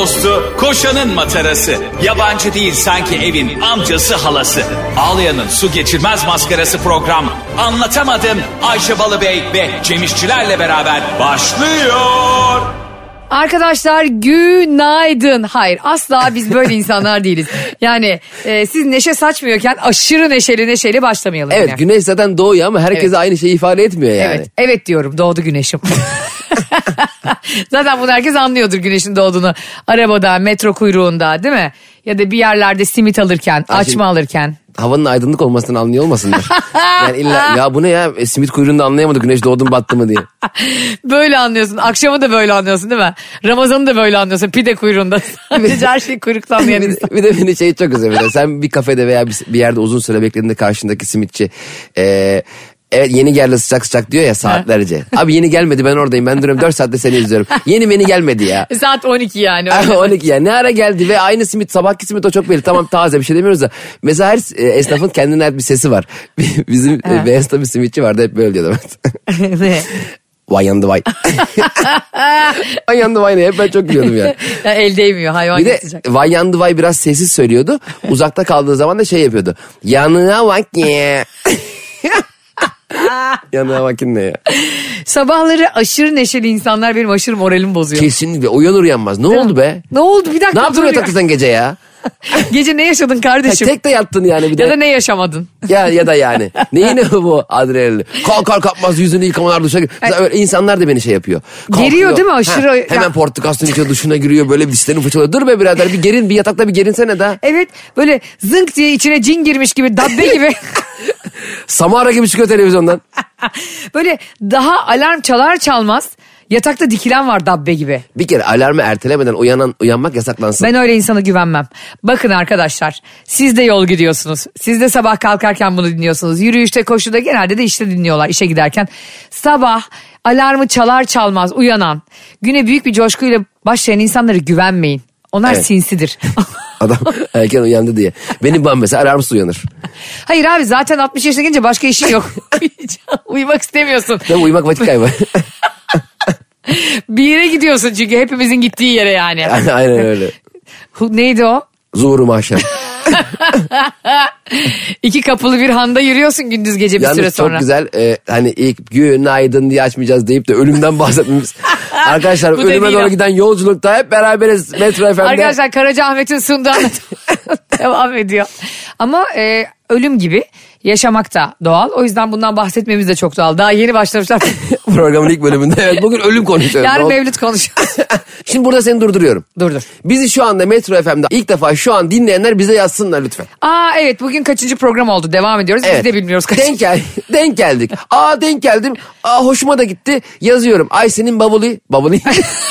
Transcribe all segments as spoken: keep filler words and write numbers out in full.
dostu, koşanın matarası. Yabancı değil sanki evin amcası halası. Ağlayan'ın su geçirmez maskarası program. Anlatamadım Ayşe Balıbey ve Cemişçilerle beraber başlıyor. Arkadaşlar günaydın. Hayır, asla biz böyle insanlar değiliz. Yani e, siz neşe saçmıyorken aşırı neşeli neşeli başlamayalım. Evet, yine. Güneş zaten doğuyor ama herkese evet. aynı şeyi ifade etmiyor yani. Evet, evet diyorum, doğdu güneşim. Zaten bunu herkes anlıyordur, güneşin doğduğunu. Arabada, metro kuyruğunda, değil mi? Ya da bir yerlerde simit alırken, Ay açma şimdi, alırken. Havanın aydınlık olmasını anlıyor olmasınlar. Yani illa ya bu ne ya, e, simit kuyruğunda anlayamadık güneş doğdu mu battı mı diye. Böyle anlıyorsun. Akşamı da böyle anlıyorsun değil mi? Ramazan'ı da böyle anlıyorsun. Pide kuyruğunda. Sadece her şeyi kuyrukta anlayan insan. Bir de beni şey çok üzüyor. Sen bir kafede veya bir yerde uzun süre beklediğinde karşındaki simitçi... Ee, evet yeni geldi sıcak sıcak diyor ya saatlerce. Abi yeni gelmedi, ben oradayım, ben duruyorum dört saatte seni izliyorum. Yeni beni gelmedi ya. Saat on iki yani. on iki yani ne ara geldi ve aynı simit, sabahki simit o çok belli. Tamam taze, bir şey demiyoruz da. Mesela her e, esnafın kendine ait bir sesi var. Bizim e, Beyaz'da bir simitçi vardı, hep böyle diyordu. Ne? Vay yandı vay. Vay yandı vay ne, hep ben çok gülüyordum yani. Ya el değmiyor, hayvan bir de geçecek. Vay yandı vay biraz sessiz söylüyordu. Uzakta kaldığı zaman da şey yapıyordu. Yanına bak ya. Yanına bakın ne ya. Sabahları aşırı neşeli insanlar benim aşırı moralimi bozuyor. Kesinlikle, uyanır uyanmaz. Ne Değil oldu mi? be? Ne oldu, bir dakika. Ne yaptın yatakta sen gece ya? Gece ne yaşadın kardeşim? Ha, tek de yattın yani bir de. Ya da ne yaşamadın? Ya ya da yani. Neyine bu adrenalin? Kalkar kalkmaz yüzünü yıkamalar, duşa giriyor. Mesela öyle insanlar da beni şey yapıyor. Kalkıyor. Geriyor değil mi aşırı? Ha, hemen ya. Portakal içine duşuna giriyor, böyle dişlerini fırçalıyor. Dur be birader, bir gerin, bir yatakta bir gerinsene daha. Evet, böyle zınk diye içine cin girmiş gibi, dabbe gibi. Samara gibi çıkıyor televizyondan. Böyle daha alarm çalar çalmaz yatakta dikilen var dabbe gibi. Bir kere alarmı ertelemeden uyanan uyanmak yasaklansın. Ben öyle insana güvenmem. Bakın arkadaşlar, siz de yol gidiyorsunuz. Siz de sabah kalkarken bunu dinliyorsunuz. Yürüyüşte, koşuda, genelde de işte dinliyorlar işe giderken. Sabah alarmı çalar çalmaz uyanan, güne büyük bir coşkuyla başlayan insanlara güvenmeyin. Onlar evet. sinsidir. Adam erken uyandı diye. Benim babam mesela alarmsız uyanır. Hayır abi, zaten altmış yaşına gelince başka işin yok. Uyumak istemiyorsun. Tabii uyumak vakit kaybı. Bir yere gidiyorsun çünkü, hepimizin gittiği yere yani. Aynen öyle. Neydi o? Zuhur-u mahşer. İki kapılı bir handa yürüyorsun gündüz gece bir Yalnız süre sonra. Çok güzel e, hani ilk günaydın diye açmayacağız deyip de ölümden bahsetmemiz. Arkadaşlar ölüme doğru giden yolculukta hep beraberiz Metro F M'de. Arkadaşlar Karacaahmet'in sunduğu devam ediyor. Ama e, ölüm gibi yaşamak da doğal. O yüzden bundan bahsetmemiz de çok doğal. Daha yeni başlamışlar. Programın ilk bölümünde. Evet, bugün ölüm konuşuyoruz. Yarın Mevlüt konuşuyoruz. Şimdi burada seni durduruyorum. Durdur. Bizi şu anda Metro F M'de ilk defa şu an dinleyenler bize yazsınlar lütfen. Aa evet, bugün kaçıncı program oldu? Devam ediyoruz. Evet. Biz de bilmiyoruz kaçıncı. Denk, gel denk geldik. Aa denk geldim. Aa hoşuma da gitti. Yazıyorum. Ayşe'nin babuli. Babuli.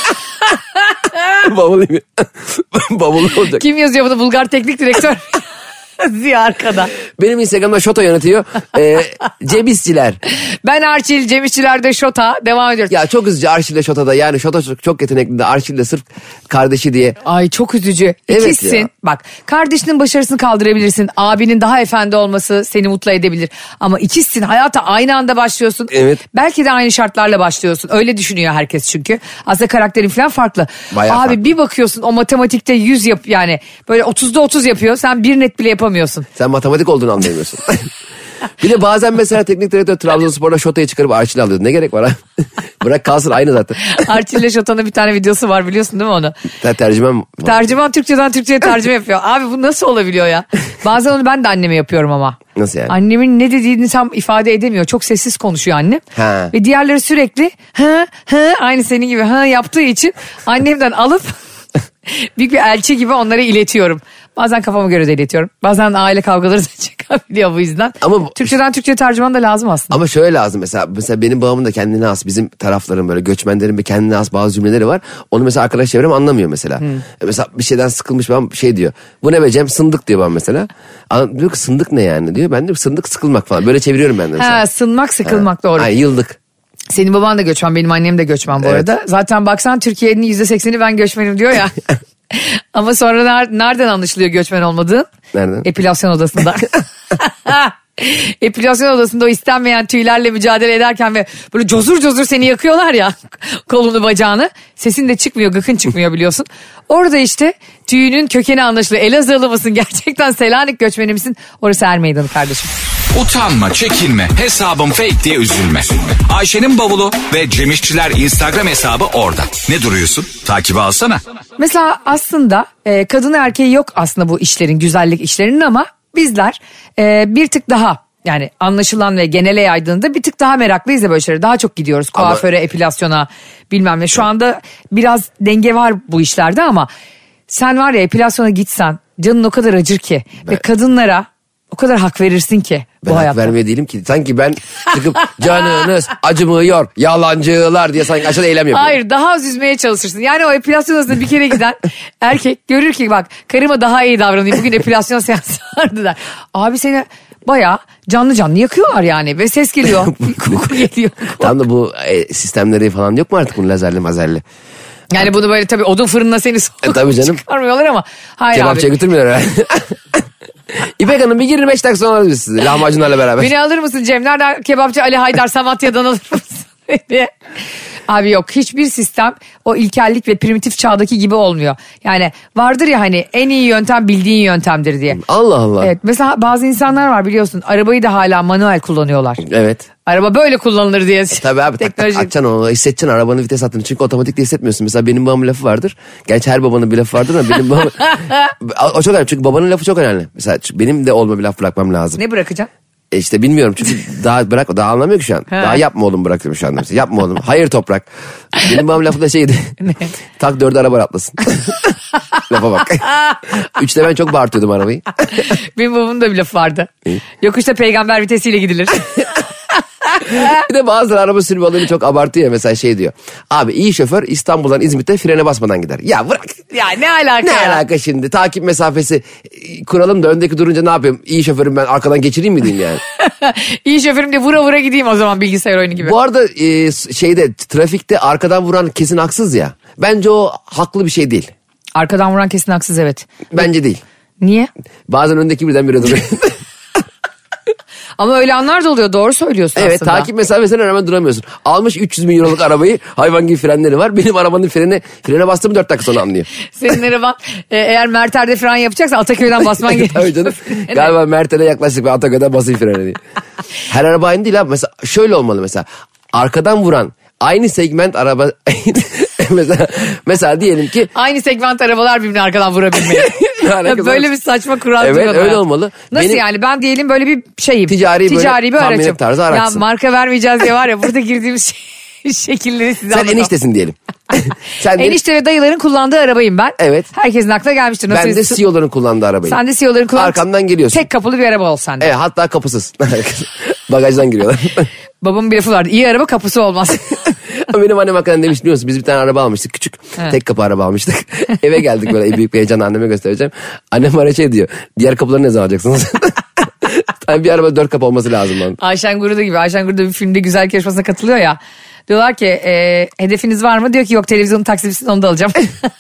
Babuli mi? Babuli olacak. Kim yazıyor bunu? Bulgar Teknik Direktör. Ziya arkada. Benim Instagram'da Şota yönetiyor. Ee, Cebisçiler. Ben Arçil, Cebisçiler'de Şota. Devam ediyoruz. Ya çok üzücü Arçil'de Şota'da. Yani Şota çok, çok yetenekli de Arçil'de sırf kardeşi diye. Ay çok üzücü. Evet İkizsin. ya. Bak, kardeşinin başarısını kaldırabilirsin. Abinin daha efendi olması seni mutlu edebilir. Ama ikizsin. Hayata aynı anda başlıyorsun. Evet. Belki de aynı şartlarla başlıyorsun. Öyle düşünüyor herkes çünkü. Aslında karakterin falan farklı. Bayağı Abi farklı. Bir bakıyorsun o matematikte yüz yap yani. Böyle otuzda otuz yapıyor. Sen bir net bile yapamıyorsun. Sen matematik olduğunu anlayamıyorsun. Bir de bazen mesela teknik direktör Trabzonspor'da Şota'yı çıkarıp Arçil'i alıyordu. Ne gerek var ha? Bırak kalsın, aynı zaten. Arçil'le Şota'nın bir tane videosu var, biliyorsun değil mi onu? Ter tercüman Tercüman Türkçeden Türkçe'ye tercüme yapıyor. Abi bu nasıl olabiliyor ya? Bazen onu ben de anneme yapıyorum ama. Nasıl yani? Annemin ne dediğini tam ifade edemiyor. Çok sessiz konuşuyor annem. Ha. Ve diğerleri sürekli hı hı aynı senin gibi hı yaptığı için annemden alıp büyük bir elçi gibi onlara iletiyorum. Bazen kafama göre de iletiyorum. Bazen aile kavgaları da çıkabiliyor bu yüzden. Ama Türkçeden Türkçe'ye tercüman da lazım aslında. Ama şöyle lazım mesela. Mesela benim babamın da kendine has, bizim tarafların böyle göçmenlerin bir kendine has bazı cümleleri var. Onu mesela arkadaş çevrem anlamıyor mesela. Hmm. Mesela bir şeyden sıkılmış babam şey diyor. Bu ne be Cem, sındık diyor bana mesela. Diyor ki sındık ne yani diyor. Ben de sındık sıkılmak falan. Böyle çeviriyorum ben de mesela. Ha, sınmak sıkılmak ha. Doğru. Ay yıldık. Senin baban da göçmen, benim annem de göçmen bu evet. arada. Zaten baksan Türkiye'nin yüzde sekseni ben göçmenim diyor ya. Ama sonra nereden anlaşılıyor göçmen olmadığın? Nereden? Epilasyon odasında. Epilasyon odasında o istenmeyen tüylerle mücadele ederken ve böyle cozur cozur seni yakıyorlar ya kolunu bacağını. Sesin de çıkmıyor, gıkın çıkmıyor biliyorsun. Orada işte tüyünün kökeni anlaşılıyor. Elazığlı mısın gerçekten, Selanik göçmeni misin? Orası Er Meydanı kardeşim. Utanma, çekinme, hesabım fake diye üzülme. Ayşe'nin bavulu ve Cemişçiler Instagram hesabı orada. Ne duruyorsun? Takibi alsana. Mesela aslında e, kadın erkeği yok aslında bu işlerin, güzellik işlerinin, ama bizler e, bir tık daha, yani anlaşılan ve genele yaydığında bir tık daha meraklıyız ya böyle şeylere. Daha çok gidiyoruz kuaföre, ama... epilasyona, bilmem ne. Şu anda biraz denge var bu işlerde ama sen var ya, epilasyona gitsen canın o kadar acır ki ben... ve kadınlara o kadar hak verirsin ki bu ben hayatta. Ben hak vermeye değilim ki. Sanki ben çıkıp canınız acımıyor, yalancılar diye sanki aşağıda eylem yapıyorum. Hayır, daha az üzmeye çalışırsın. Yani o epilasyon odasına bir kere giden erkek görür ki bak karıma daha iyi davranayım. Bugün epilasyon seansı vardı der. Abi seni bayağı canlı canlı yakıyorlar yani ve ses geliyor. Koku geliyor. Tam da bu e, sistemleri falan yok mu artık bunun lazerli mazerli? Yani evet. Bunu böyle tabii odun fırınına seni sokup e, canım. çıkarmıyorlar ama. Hayır Kebapçıya abi. Götürmüyorlar herhalde. İpek Hanım bir yirmi beş dakika sonra alırız sizi lahmacunlarla beraber. Beni alır mısın Cem? Nereden kebapçı Ali Haydar Samatya'dan alır mısın? Abi yok, hiçbir sistem o ilkellik ve primitif çağdaki gibi olmuyor. Yani vardır ya hani en iyi yöntem bildiğin yöntemdir diye. Allah Allah. Evet, mesela bazı insanlar var biliyorsun, arabayı da hala manuel kullanıyorlar. Evet. Araba böyle kullanılır diye. E, tabii abi teknoloji... tak, açacaksın onu, hissedeceksin arabanın vites attığını, çünkü otomatikte hissetmiyorsun. Mesela benim babamın lafı vardır. Gerçi her babanın bir lafı vardır ama benim babam... o çok önemli, çünkü babanın lafı çok önemli. Mesela benim de olma bir laf bırakmam lazım. Ne bırakacaksın? E işte bilmiyorum, çünkü daha bırak, daha anlamıyor ki şu an. Daha yapma oğlum bırakıyorum şu anda. Mesela. Yapma oğlum. Hayır toprak. Benim babam lafı da şeydi. Tak dördü araba atlasın. Lafa bak. Üçte ben çok bağırtıyordum arabayı. Benim babamın da bir lafı vardı. İyi. Yokuşta peygamber vitesiyle gidilir. Bir de bazıları araba sürme olayını çok abartıyor ya, mesela şey diyor. Abi iyi şoför İstanbul'dan İzmit'e frene basmadan gider. Ya bırak. Ya ne alaka Ne ya? alaka şimdi? Takip mesafesi kuralım da öndeki durunca ne yapayım? İyi şoförüm ben, arkadan geçireyim mi diyeyim yani? İyi şoförüm diye vura vura gideyim o zaman, bilgisayar oyunu gibi. Bu arada e, şeyde trafikte arkadan vuran kesin haksız ya. Bence o haklı bir şey değil. Arkadan vuran kesin haksız, evet. Bence değil. Niye? Bazen öndeki birden bire duruyor. Ama öyle anlar da oluyor, doğru söylüyorsun evet, aslında. Evet, takip mesafesine rağmen duramıyorsun. Almış üç yüz bin euroluk arabayı, hayvan gibi frenleri var. Benim arabanın freni, frene bastığımı dört dakika sonra anlıyor. Senin araban e, eğer Merter'de fren yapacaksa Ataköy'den basman gerekiyor. Tabii canım. Galiba Merter'e yaklaştık ve Ataköy'den basayım freni diye. Her araba aynı değil abi. Mesela şöyle olmalı mesela. Arkadan vuran aynı segment araba... mesela, mesela diyelim ki... Aynı segment arabalar birbirine arkadan vurabilmeli. Böyle bir saçma kural. Evet öyle hayat. Olmalı. Nasıl Benim, yani ben diyelim böyle bir şeyim. Ticari, ticari bir aracım. Tarzı araçsın. Ya marka vermeyeceğiz diye var ya burada girdiğimiz şey, şekilleri size Sen anlatalım. eniştesin diyelim. Sen enişte ve dayıların kullandığı arabayım ben. Evet. Herkesin aklına gelmiştir. Nasıl ben de C E O'ların kullandığı arabayım. Sen de C E O'ların kullandığı. Arkamdan geliyorsun. Tek kapılı bir araba ol sende. Evet, hatta kapısız. Bagajdan giriyorlar. Babamın bir lafı vardı. İyi araba kapısı olmaz. Benim annem hakikaten demiş, biliyorsun biz bir tane araba almıştık, küçük evet. Tek kapı araba almıştık. Eve geldik böyle büyük bir heyecanla, anneme göstereceğim. Annem bana şey diyor, diğer kapıları ne zaman alacaksınız? Yani bir araba dört kapı olması lazım bana. Ayşen Guru'da gibi, Ayşen Guru'da bir filmde güzellik yarışmasına katılıyor ya. Diyorlar ki e, hedefiniz var mı? Diyor ki yok, televizyonun taksitlisini onu da alacağım.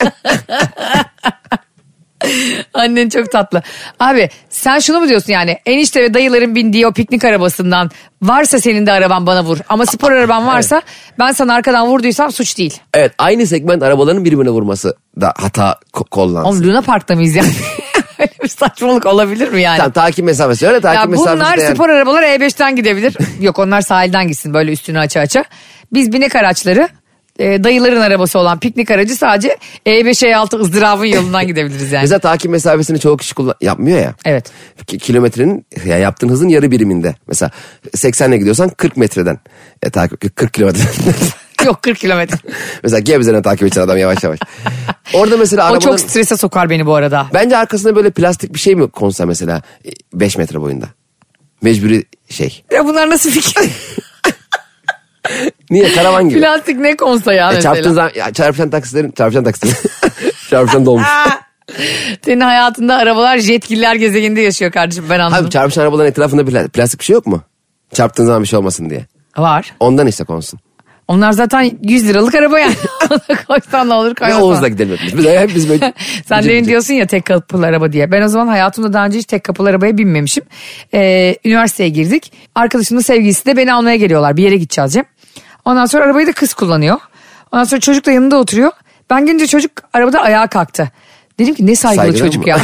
Annen çok tatlı. Abi sen şunu mu diyorsun yani, enişte ve dayıların bindiği o piknik arabasından varsa senin de araban bana vur. Ama spor araban varsa evet. Ben sana arkadan vurduysam suç değil. Evet, aynı segment arabaların birbirine vurması da hata kollansın. Oğlum Luna Park'ta mıyız yani? Öyle bir saçmalık olabilir mi yani? Tamam, takip mesafesi öyle, takip ya mesafesi. Bunlar yani... spor arabaları E beşten gidebilir. Yok, onlar sahilden gitsin böyle üstünü aça aça. Biz binek araçları, e, dayıların arabası olan piknik aracı sadece E beş E altı ızdırabın yolundan gidebiliriz yani. Mesela takip mesafesini çoğu kişi kullan yapmıyor ya. Evet. Kilometrenin ya yaptığın hızın yarı biriminde. Mesela seksenle gidiyorsan kırk metreden e, takip kırk kilometreden. Yok, kırk kilometre. Mesela Gebze'den takip edeceksin adam yavaş yavaş. Orada mesela arabaların... O çok strese sokar beni bu arada. Bence arkasında böyle plastik bir şey mi konsa mesela beş metre boyunda. Mecburi şey. Ya bunlar nasıl fikir? Niye? Karavan gibi. Plastik ne konsa ya, e, mesela. Çarptığın zaman ya, çarpışan taksilerin çarpışan taksilerin çarpışan dolmuş. Senin hayatında arabalar jetgiller gezegeninde yaşıyor kardeşim, ben anladım. Abi çarpışan arabaların etrafında plastik bir şey yok mu? Çarptığın zaman bir şey olmasın diye. Var. Ondan işte konsun. Onlar zaten yüz liralık araba yani. Koysan ne olur Ve koymasan. Oğuz'la gidelim hepimiz. Biz hep biz böyle... Sen demin diyorsun ya tek kapılı araba diye. Ben o zaman hayatımda daha önce hiç tek kapılı arabaya binmemişim. Ee, üniversiteye girdik. Arkadaşımın sevgilisi de beni almaya geliyorlar. Bir yere gideceğiz Cem. Ondan sonra arabayı da kız kullanıyor. Ondan sonra çocuk da yanında oturuyor. Ben gelince çocuk arabada ayağa kalktı. Dedim ki ne saygılı Saygılı çocuk mı? ya.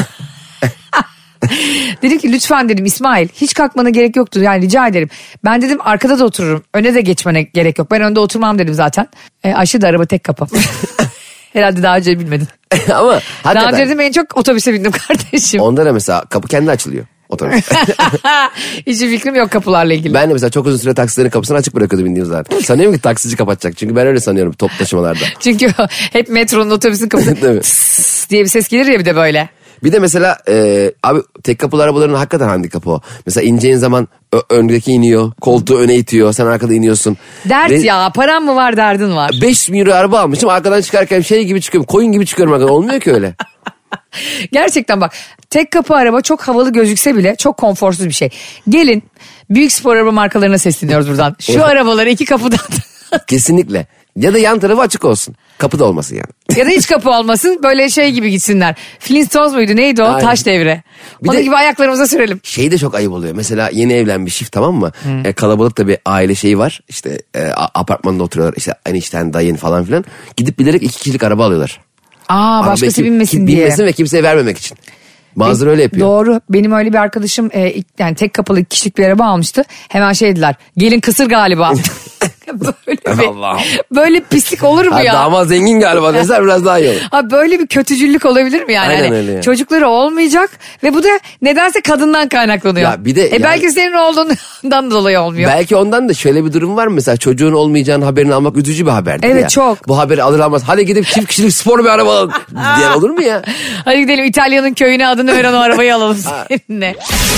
Dedim ki lütfen dedim İsmail hiç kalkmana gerek yoktu yani rica ederim. Ben dedim arkada da otururum öne de geçmene gerek yok. Ben önde oturmam dedim zaten. E, Ayşe de araba tek kapı. Herhalde daha önce bilmedin. Ama Daha hakikaten. önce dedim en çok otobüse bindim kardeşim. Onda da mesela kapı kendi açılıyor. Otobüs. Hiçbir fikrim yok kapılarla ilgili. Ben de mesela çok uzun süre taksilerin kapısını açık bırakıyordum bindiğim zaman. Sanıyorum ki taksici kapatacak. Çünkü ben öyle sanıyorum top taşımalarda. Çünkü hep metronun otobüsün kapısı Tabii. tıs diye bir ses gelir ya bir de böyle. Bir de mesela e, abi tek kapılı arabaların hakikaten handikapı o. Mesela ineceğin zaman ö- öndeki iniyor, koltuğu öne itiyor, sen arkada iniyorsun. Dert Ve ya param mı var derdin var. beş bin euro araba almışım, arkadan çıkarken şey gibi çıkıyorum, koyun gibi çıkıyorum arkadan. Olmuyor ki öyle. Gerçekten bak tek kapı araba çok havalı gözükse bile çok konforsuz bir şey. Gelin büyük spor araba markalarına sesleniyoruz buradan. Şu arabaları iki kapıdan Kesinlikle. Ya da yan tarafı açık olsun. Kapı da olmasın yani. ya da hiç kapı olmasın böyle şey gibi gitsinler. Flintstones muydu neydi o? Aynen. Taş devre. Bir Onun de- gibi ayaklarımıza sürelim. Şey de çok ayıp oluyor. Mesela yeni evlenmiş çift, tamam mı? E, kalabalık da bir aile şeyi var. İşte e, a- apartmanda oturuyorlar. İşte enişten, dayın falan filan. Gidip bilerek iki kişilik araba alıyorlar. Aa Araba başkası iki- binmesin ki- diye. Binmesin ve kimseye vermemek için. Bazıları öyle yapıyor. Doğru. Benim öyle bir arkadaşım e, ilk- yani tek kapılı iki kişilik bir araba almıştı. Hemen şey dediler. Gelin kısır galiba. böyle bir, Allah'ım. böyle pislik olur mu Ha, ya? damat zengin galiba deser biraz daha iyi olur. Ha böyle bir kötücüllük olabilir mi yani? Aynen Hani öyle yani. çocukları olmayacak ve bu da nedense kadından kaynaklanıyor. Ya bir de e yani- belki senin olduğundan dolayı olmuyor. Belki ondan da şöyle bir durum var mı? Mesela çocuğun olmayacağının haberini almak üzücü bir haberdir Evet, ya. çok. Bu haberi alır almaz hadi gidip çift kişilik spor bir araba alalım diyen olur mu ya? Hadi gidelim İtalya'nın köyüne adını veren o arabayı alalım seninle.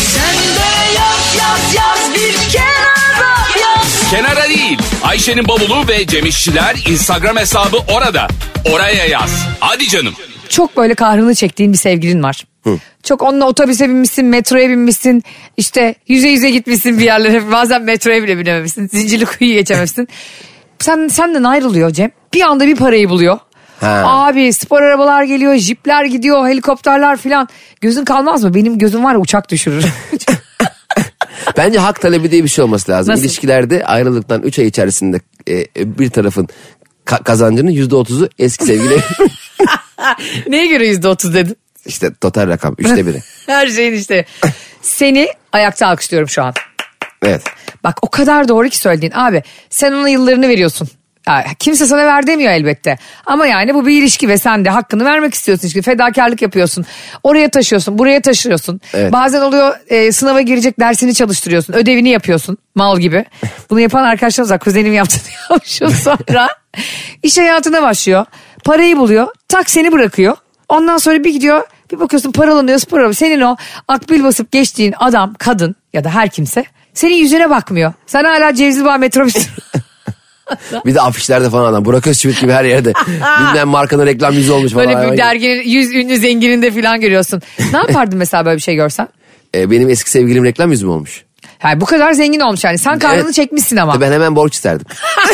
Kenara değil. Ayşe'nin bavulu ve Cemişçiler Instagram hesabı orada. Oraya yaz. Hadi canım. Çok böyle kahrını çektiğin bir sevgilin var. Çok onunla otobüse binmişsin, metroya binmişsin, işte yüze yüze gitmişsin bir yerlere. Bazen metroya bile binememişsin, Zincirlikuyu'yu geçememişsin. Sen senden ayrılıyor Cem. Bir anda bir parayı buluyor. Ha. Abi spor arabalar geliyor, jipler gidiyor, helikopterler filan. Gözün kalmaz mı? Benim gözüm var ya uçak düşürür. Bence hak talebi diye bir şey olması lazım. Nasıl? İlişkilerde ayrılıktan üç ay içerisinde e, bir tarafın ka- kazancının yüzde otuzu eski sevgili. Neye göre yüzde otuz dedin? İşte total rakam üçte biri. Her şeyin işte. Seni ayakta alkışlıyorum şu an. Evet. Bak o kadar doğru ki söylediğin abi. Sen ona yıllarını veriyorsun. Ya, kimse sana ver demiyor elbette. Ama yani bu bir ilişki ve sen de hakkını vermek istiyorsun. İşte fedakarlık yapıyorsun. Oraya taşıyorsun, buraya taşıyorsun. Evet. Bazen oluyor e, sınava girecek dersini çalıştırıyorsun. Ödevini yapıyorsun mal gibi. Bunu yapan arkadaşlarımız var. Kuzenim yaptı diyormuşum sonra. İş hayatına başlıyor. Parayı buluyor. Tak seni bırakıyor. Ondan sonra bir gidiyor. Bir bakıyorsun paralanıyor spor araba. Senin o akbil basıp geçtiğin adam, kadın ya da her kimse senin yüzüne bakmıyor. Sen hala Cevizlibağ metrobüs. Bir de afişlerde falan adam. Burak Özçivit gibi her yerde. Bilmem markanın reklam yüzü olmuş falan. Böyle bir derginin yüz ünlü zengininde falan görüyorsun. Ne yapardın mesela böyle bir şey görsen? Ee, benim eski sevgilim reklam yüzü mü olmuş? Yani bu kadar zengin olmuş yani. Sen karnını Evet. çekmişsin ama. Ben hemen borç isterdim.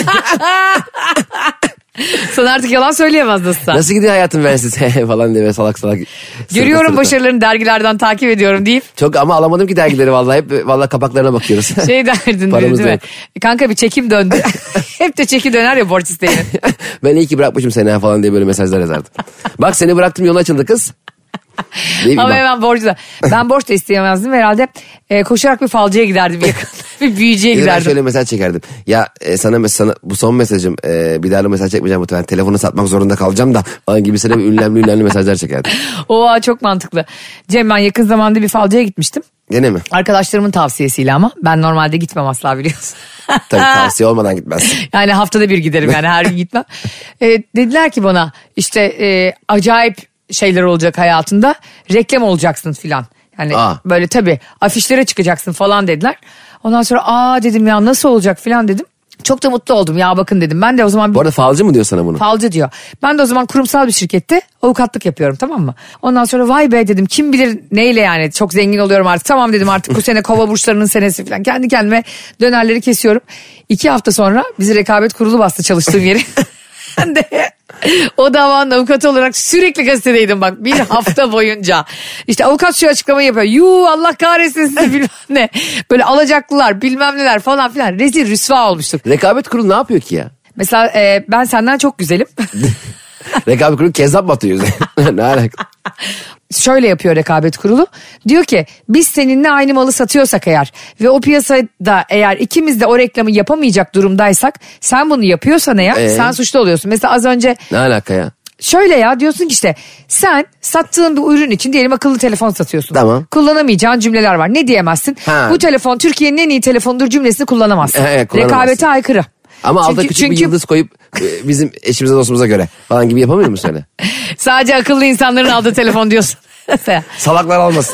Sana artık yalan söyleyemez nasılsa. Nasıl gidiyor hayatın ben size falan diye böyle salak salak. Görüyorum sırıta sırıta. başarılarını dergilerden takip ediyorum deyip Çok ama alamadım ki dergileri vallahi hep vallahi kapaklarına bakıyoruz. şey derdin Paramız değil mi? yok. Kanka bir çekim döndü. Hep de çeki döner ya borç isteyenin. Ben iyi ki bırakmışım seni ha falan diye böyle mesajlar yazardım. Bak seni bıraktım yolu açıldı kız. Değil mi? Ama Bak. hemen borcu da. Ben borç da isteyemezdim herhalde. E, koşarak bir falcıya giderdim yakın. Bir büyücüye Bir de ben giderdim. şöyle mesaj çekerdim. Ya e, sana, mes- sana bu son mesajım e, bir daha da mesaj çekmeyeceğim muhtemelen. Telefonu satmak zorunda kalacağım da falan gibisine bir ünlemli ünlemli mesajlar çekerdim. Oha çok mantıklı. Cem ben yakın zamanda bir falcıya gitmiştim. Gene mi? Arkadaşlarımın tavsiyesiyle ama ben normalde gitmem asla biliyorsun. Tabii tavsiye olmadan gitmezsin. Yani haftada bir giderim yani her gün gitmem. E, dediler ki bana işte e, acayip şeyler olacak hayatında. Reklam olacaksın filan. Yani Aa. böyle tabii afişlere çıkacaksın falan dediler. Ondan sonra aa dedim ya nasıl olacak filan dedim. Çok da mutlu oldum ya bakın dedim. Ben de o zaman... Bu arada falcı mı diyor sana bunu? Falcı diyor. Ben de o zaman kurumsal bir şirkette avukatlık yapıyorum, tamam mı? Ondan sonra vay be dedim, kim bilir neyle yani çok zengin oluyorum artık. Tamam dedim, artık bu sene kova burçlarının senesi falan. Kendi kendime dönerleri kesiyorum. İki hafta sonra bizi rekabet kurulu bastı çalıştığım yeri. Ben de o davanın avukatı olarak sürekli gazetedeydim bak bir hafta boyunca. İşte avukat şu açıklamayı yapıyor. Yuu Allah kahretsin sizi bilmem ne. Böyle alacaklılar bilmem neler falan filan. Rezil rüsva olmuştuk. Rekabet kurulu ne yapıyor ki ya? Mesela e, ben senden çok güzelim. Rekabet kurulu kezzap batıyor. Ne alaka? Şöyle yapıyor rekabet kurulu. Diyor ki biz seninle aynı malı satıyorsak eğer ve o piyasada eğer ikimiz de o reklamı yapamayacak durumdaysak, sen bunu yapıyorsan eğer ee? sen suçlu oluyorsun. Mesela az önce... Ne alaka ya? Şöyle ya, diyorsun ki işte sen sattığın bir ürün için diyelim akıllı telefon satıyorsun. Tamam. Kullanamayacağın cümleler var. Ne diyemezsin? Ha. Bu telefon Türkiye'nin en iyi telefonudur cümlesini kullanamazsın. He, kullanamazsın. Rekabete aykırı. Ama çünkü, altta küçük çünkü... bir yıldız koyup bizim eşimize dostumuza göre falan gibi yapamıyor musun öyle? Sadece akıllı insanların aldığı telefon diyorsun. Salaklar almasın.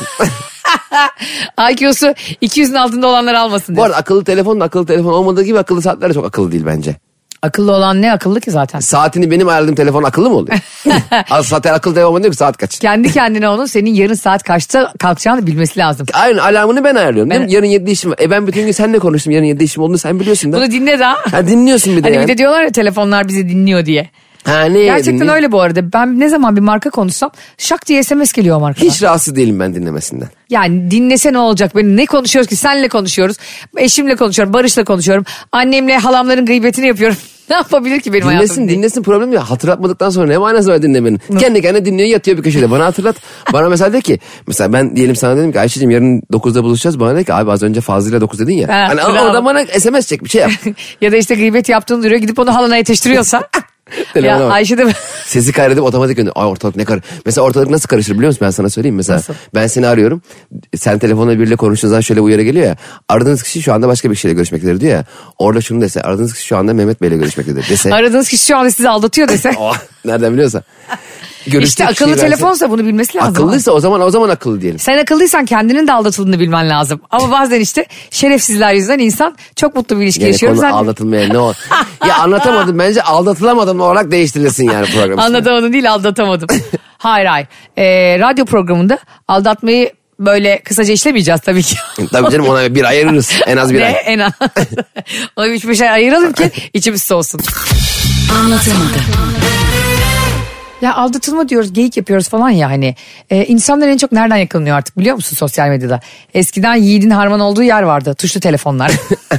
I Q'su iki yüzün altında olanlar almasın diyor. Bu arada akıllı telefonun akıllı telefon olmadığı gibi akıllı saatler de çok akıllı değil bence. Akıllı olan ne akıllı ki zaten? Saatini benim ayarladığım telefon akıllı mı oluyor? Zaten akıllı telefon diyor ki saat kaç? Kendi kendine onun senin yarın saat kaçta kalkacağını bilmesi lazım. Aynen, alarmını ben ayarlıyorum. Ben... Yarın yedide işim var. E ben bütün gün seninle konuştum, yarın yedide işim olduğunu sen biliyorsun da. Bunu dinle daha. Ha, dinliyorsun bir de hani yani. Bir de diyorlar ya telefonlar bizi dinliyor diye. Ha, ne gerçekten dinliyor? Öyle bu arada. Ben ne zaman bir marka konuşsam şak diye S M S geliyor o markadan. Hiç rahatsız değilim ben dinlemesinden. Yani dinlese ne olacak? Ben ne konuşuyoruz ki? Senle konuşuyoruz. Eşimle konuşuyorum. Barış'la konuşuyorum. Annemle halamların gıybetini yapıyorum. Ne yapabilir ki benim dinlesin, hayatım? Dinlesin dinlesin problem yok. Hatırlatmadıktan sonra ne manası var dinlemenin? Kendi kendine dinliyor, yatıyor bir köşede. Bana hatırlat. Bana mesela de ki mesela ben diyelim sana dedim ki Ayşe'cim yarın dokuzda buluşacağız. Bana de ki abi az önce Fazlı'yla dokuz dedin ya. Ha, hani orada bana S M S çek bir şey yap. Ya da işte gıybet yaptığını duruyor, gidip onu halana yetiştiriyorsa. Ya Ayşe de... Sesi kaydedip otomatik gönder. Ay ortalık ne kar... Mesela ortalık nasıl karışır biliyor musun? Ben sana söyleyeyim mesela. Nasıl? Ben seni arıyorum. Sen telefonla biriyle konuştuğun zaman şöyle uyarı geliyor ya. Aradığınız kişi şu anda başka bir kişiyle görüşmektedir diyor ya. Orada şunu dese. Aradığınız kişi şu anda Mehmet Bey'le görüşmektedir dese. Aradığınız kişi şu anda sizi aldatıyor dese. Oh, nereden biliyorsa. İşte akıllı telefonsa verse, bunu bilmesi lazım. Akıllıysa o zaman o zaman akıllı diyelim. Sen akıllıysan kendinin de aldatıldığını bilmen lazım. Ama bazen işte şerefsizler yüzünden insan çok mutlu bir ilişki yani yaşıyor. Konu Sen... aldatılmaya ne o? Ya anlatamadım, bence aldatılamadım olarak değiştirilsin yani programı. Anlatamadım değil, aldatamadım. Hayır hayır. Ee, radyo programında aldatmayı böyle kısaca işlemeyeceğiz tabii ki. Tabii canım, ona bir ay ayırırız. En az bir ne? ay. En az. Ona üç beş ay ayıralım ki içimiz soğusun. Anlatamadım. Ya aldatılma diyoruz, geyik yapıyoruz falan ya hani. Ee, insanlar en çok nereden yakalanıyor artık biliyor musun sosyal medyada? Eskiden yiğidin harman olduğu yer vardı. Tuşlu telefonlar.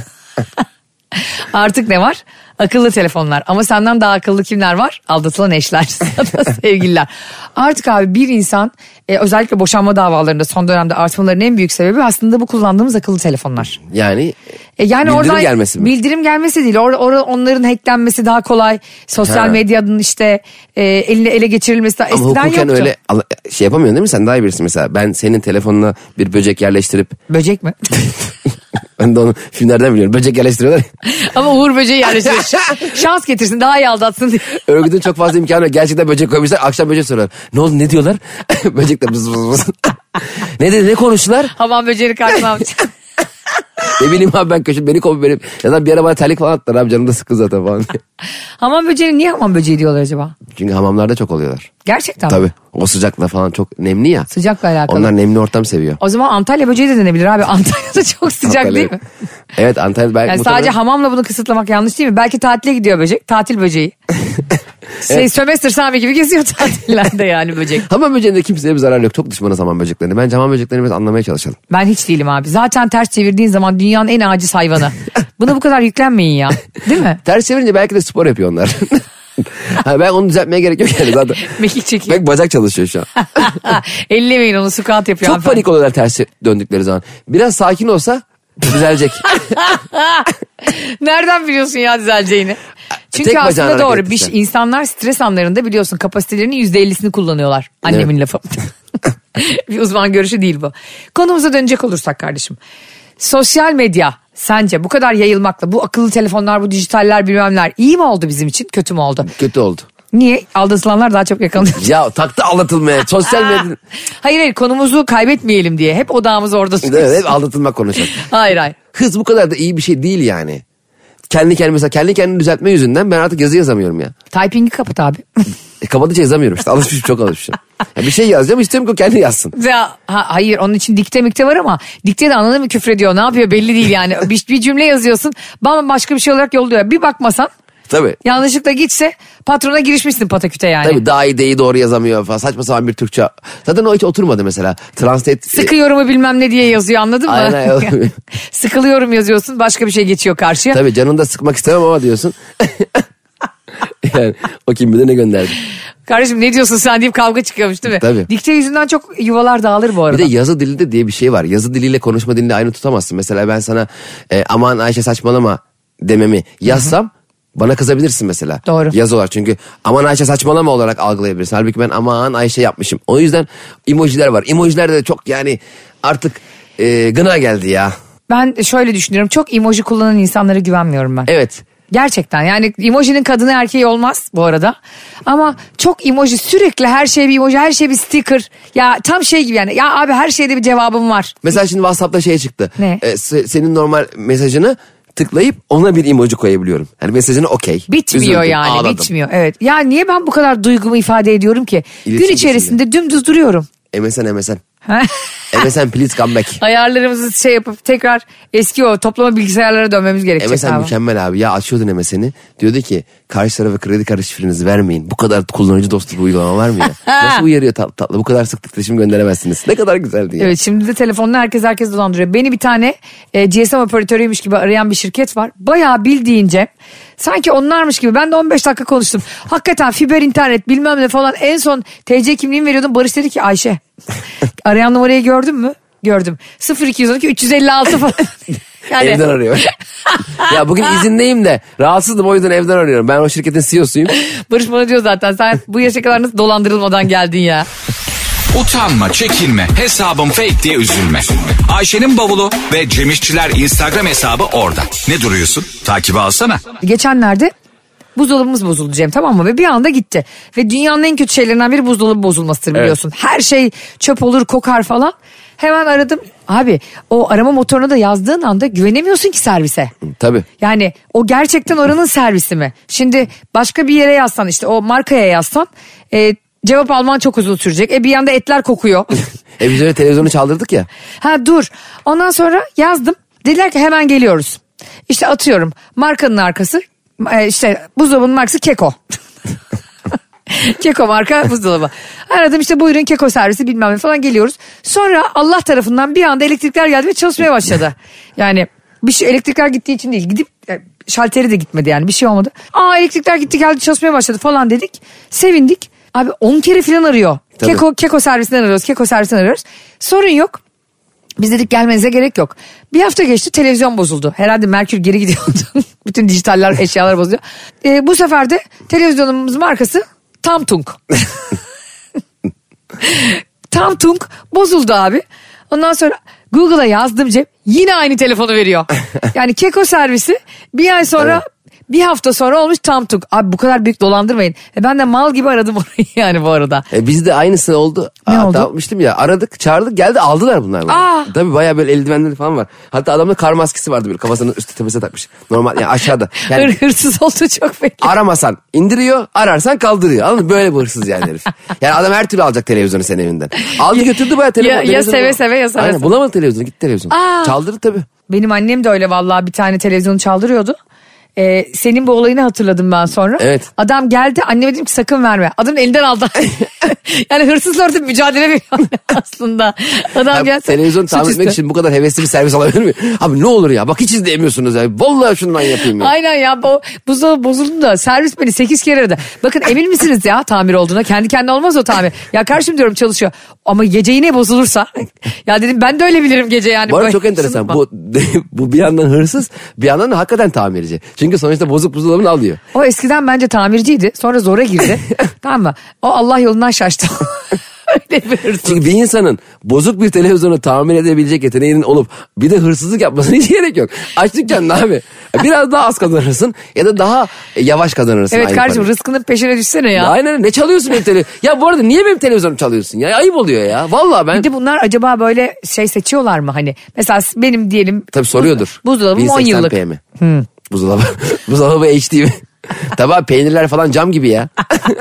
Artık ne var? Akıllı telefonlar. Ama senden daha akıllı kimler var? Aldatılan eşler, sevgililer. Artık abi bir insan e, özellikle boşanma davalarında son dönemde artmaların en büyük sebebi aslında bu kullandığımız akıllı telefonlar. Yani, e, yani bildirim oradan, gelmesi mi? Bildirim gelmesi değil. Or, or, onların hacklenmesi daha kolay. Sosyal ha. medyanın işte e, eline ele geçirilmesi daha ama eskiden hukuken yoktu. Öyle şey yapamıyorsun değil mi? Sen daha iyi birisin mesela. Ben senin telefonuna bir böcek yerleştirip. Böcek mi? Ben de onu filmlerden biliyorum. Böcek yerleştiriyorlar. Ama Uğur böceği yerleştiriyor. Şans getirsin, daha iyi aldatsın diye. Örgütün çok fazla imkanı yok. Gerçekten böcek koymuşlar. Akşam böcek soruyorlar. Ne oldu, ne diyorlar? Böcek de bız bız bız. Ne dedi, ne konuştular? Hamam böceğini karşıma almış. Ne bileyim abi, ben köşe beni kovup benim. Ya da bir ara bana terlik falan attılar abi, canım da sıkkın zaten falan. Hamam böceğini niye hamam böceği diyorlar acaba? Çünkü hamamlarda çok oluyorlar. Gerçekten Tabii. mi? O sıcakla falan çok nemli ya. Sıcakla alakalı. Onlar nemli ortam seviyor. O zaman Antalya böceği de denebilir abi. Antalya'da çok sıcak Antalya. Değil mi? Evet, Antalya belki. Yani muhtemelen... sadece hamamla bunu kısıtlamak yanlış değil mi? Belki tatile gidiyor böcek. Tatil böceği. Şey, evet. Sömestr Sami gibi geziyor tatillerde yani böcek. Hamam böceğinde kimseye bir zarar yok. Çok düşmanız hamam böceklerine. Bence hamam böceklerini biraz anlamaya çalışalım. Ben hiç değilim abi. Zaten ters çevirdiğin zaman dünyanın en aciz hayvanı. Buna bu kadar yüklenmeyin ya. Değil mi? Ters çevirince belki de spor yapıyor onlar. Ha, ben onu düzeltmeye gerek yok yani zaten. Mekik çekiyor. Belki bacak çalışıyor şu an. Ellemeyin onu, squat yapıyor. Çok hanımefendi. panik oluyorlar ters döndükleri zaman. Biraz sakin olsa düzelecek. Nereden biliyorsun ya düzeleceğini? Çünkü Tek aslında doğru. Bir, insanlar stres anlarında biliyorsun kapasitelerinin yüzde ellisini kullanıyorlar. Annemin evet. lafı. Bir uzman görüşü değil bu. Konumuza dönecek olursak kardeşim. Sosyal medya sence bu kadar yayılmakla, bu akıllı telefonlar, bu dijitaller bilmemler iyi mi oldu bizim için, kötü mü oldu? Kötü oldu. Niye? Aldatılanlar daha çok yakalanıyor. Ya taktı aldatılmaya. Sosyal medya. Hayır hayır, konumuzu kaybetmeyelim diye. Hep odağımız orada. Evet, hep aldatılmak konuşalım. Hayır hayır. Hız bu kadar da iyi bir şey değil yani. kendi kendime mesela kendi kendini düzeltme yüzünden ben artık yazı yazamıyorum ya. Typing'i kapat abi. E, kapatıcı yazamıyorum işte alışmışım çok alışmışım. Ya bir şey yazacağım istiyorum ki o kendi yazsın. Ya, ha, hayır onun için dikte mikte var ama dikte de anladın mı küfrediyor ne yapıyor belli değil yani. bir, bir cümle yazıyorsun bambaşka bir şey olarak yolluyor. Bir bakmasan Tabii. yanlışlıkla gitse patrona girişmişsin pataküte yani. Tabii daha iyi deyi doğru yazamıyor falan saçma sapan bir Türkçe. Zaten o hiç oturmadı mesela. Translate. Sıkıyorumu bilmem ne diye yazıyor anladın mı? Aynen. Sıkılıyorum yazıyorsun başka bir şey geçiyor karşıya. Tabii canını da sıkmak istemem ama diyorsun. Yani o kim bilir ne gönderdi. Kardeşim ne diyorsun sen deyip kavga çıkıyormuş değil mi? Tabii. Dikte yüzünden çok yuvalar dağılır bu arada. Bir de yazı dili de diye bir şey var. Yazı diliyle konuşma dilini aynı tutamazsın. Mesela ben sana e, aman Ayşe saçmalama dememi yazsam Hı-hı. bana kızabilirsin mesela. Doğru. Yazı olarak çünkü aman Ayşe saçmalama olarak algılayabilirsin. Halbuki ben aman Ayşe yapmışım. O yüzden emojiler var. Emojiler de çok yani artık e, gına geldi ya. Ben şöyle düşünüyorum çok emoji kullanan insanlara güvenmiyorum ben. Evet. Gerçekten yani emojinin kadını erkeği olmaz bu arada. Ama çok emoji sürekli her şey bir emoji her şey bir sticker. Ya tam şey gibi yani ya abi her şeyde bir cevabım var. Mesela şimdi WhatsApp'ta şey çıktı. Ne? Ee, senin normal mesajını tıklayıp ona bir emoji koyabiliyorum. Yani mesajını okey. Bitmiyor Üzüldüm, yani ağladım. bitmiyor evet. Ya niye ben bu kadar duygumu ifade ediyorum ki? İletişim Gün içerisinde dümdüz duruyorum. M S N M S N. M S N please come back. Ayarlarımızı şey yapıp tekrar eski o toplama bilgisayarlara dönmemiz gerekecek. M S N mükemmel abi ya açıyordun M S N'i diyordu ki karşı tarafa kredi kartı şifrenizi vermeyin. Bu kadar kullanıcı dostu bir uygulama var mı ya? Nasıl uyarıyor tatlı tatlı bu kadar sık titreşim gönderemezsiniz. Ne kadar güzeldi ya. Evet şimdi de telefonla herkes herkes dolandırıyor. Beni bir tane e, G S M operatörüymüş gibi arayan bir şirket var. Bayağı bildiğince sanki onlarmış gibi ben de on beş dakika konuştum. Hakikaten fiber internet bilmem ne falan en son T C kimliğimi veriyordum. Barış dedi ki Ayşe arayan numarayı gördün mü? Gördüm. sıfır iki on iki üç yüz elli altı falan. Yani... Evden arıyor. Ya bugün izindeyim de rahatsızdım o yüzden evden arıyorum. Ben o şirketin C E O'suyum. Barış bana diyor zaten sen bu yaşa kadar nasıl dolandırılmadan geldin ya. Utanma, çekinme, hesabım fake diye üzülme. Ayşe'nin bavulu ve Cemişçiler Instagram hesabı orada. Ne duruyorsun? Takibi alsana. Geçenlerde buzdolabımız bozuldu Cem tamam mı? Ve bir anda gitti. Ve dünyanın en kötü şeylerinden biri buzdolabı bozulmasıdır biliyorsun. Evet. Her şey çöp olur kokar falan. Hemen aradım. Abi o arama motoruna da yazdığın anda güvenemiyorsun ki servise. Tabii. Yani o gerçekten oranın servisi mi? Şimdi başka bir yere yazsan işte o markaya yazsan e, cevap alman çok uzun sürecek. E bir yanda etler kokuyor. E biz öyle televizyonu çaldırdık ya. Ha dur. Ondan sonra yazdım. Dediler ki hemen geliyoruz. İşte atıyorum markanın arkası e, işte buzdolabının markası Keko. Keko marka buzdolabı. Aradım işte buyurun Keko servisi bilmem ne falan geliyoruz. Sonra Allah tarafından bir anda elektrikler geldi ve çalışmaya başladı. Yani bir şey elektrikler gittiği için değil gidip şalteri de gitmedi yani bir şey olmadı. Aa elektrikler gitti geldi çalışmaya başladı falan dedik. Sevindik. Abi on kere falan arıyor. Tabii. Keko, Keko servisinden arıyoruz. Keko servisinden arıyoruz. Sorun yok. Biz dedik gelmenize gerek yok. Bir hafta geçti televizyon bozuldu. Herhalde Merkür geri gidiyordu. Bütün dijitaller eşyalar bozuluyor. Ee, bu sefer de televizyonumuzun markası Tamtung. Tamtung bozuldu abi. Ondan sonra Google'a yazdım Cem. Yine aynı telefonu veriyor. Yani Keko servisi bir ay sonra... Evet. Bir hafta sonra olmuş Tamtung. Abi bu kadar büyük dolandırmayın. E ben de mal gibi aradım orayı yani bu arada. E biz de aynısı oldu. Ne Hatta oldu? Yapmıştım ya aradık çağırdık geldi aldılar bunlar. Aa. Tabii bayağı böyle eldivenleri falan var. Hatta adamda kar maskesi vardı böyle kafasının üstü tepesine takmış. Normal yani aşağıda. Yani Hır, hırsız oldu çok belli. Aramasan indiriyor ararsan kaldırıyor. Anladın mı? Böyle bir hırsız yani herif. Yani adam her türlü alacak televizyonu senin evinden. Aldı götürdü bayağı telefon. Ya, ya seve seve ya seve. Aynen bulamadı televizyonu gitti televizyon. Aa. Çaldırdı tabii. Benim annem de öyle vallahi bir tane televizyonu çaldırıyordu. Ee, senin bu olayını hatırladım ben sonra. Evet. Adam geldi anneme dedim ki sakın verme. Adamın elinden aldı. Yani hırsızla orada mücadele veriyor aslında. Adam geldi. Televizyon tamir etmek için bu kadar hevesli bir servis alabilir mi? Abi ne olur ya bak hiç izleyemiyorsunuz ya. Vallahi şundan yapayım ya. Aynen ya bu buzdolabı bozuldu da servis beni sekiz kere aradı. Bakın emin misiniz ya tamir olduğuna? Kendi kendine olmaz o tamir. Ya karşım diyorum çalışıyor. Ama gece yine bozulursa. Ya dedim ben de öyle bilirim gece yani. Bu arada çok enteresan. Bu, bu bir yandan hırsız bir yandan da hakikaten tamirci. Çünkü sonuçta bozuk buzdolabını alıyor. O eskiden bence tamirciydi. Sonra zora girdi. Tamam mı? O Allah yolundan şaştı. Öyle bir hırsız. Çünkü bir insanın bozuk bir televizyonu tamir edebilecek yeteneğinin olup bir de hırsızlık yapmasına hiç gerek yok. Aç dükkanını abi. Biraz daha az kazanırsın ya da daha yavaş kazanırsın. Evet kardeşim rızkının peşine düşsene ya. Aynen ne çalıyorsun benim televizyon? Ya bu arada niye benim televizyonumu çalıyorsun ya? Ayıp oluyor ya. Vallahi ben. Bir de bunlar acaba böyle şey seçiyorlar mı hani? Mesela benim diyelim. Tabii soruyordur. Buzdolabım on yıllık. bin seksen p mi? Hmm. Buzdolabı. Buzdolabı H D mi? Tabii peynirler falan cam gibi ya.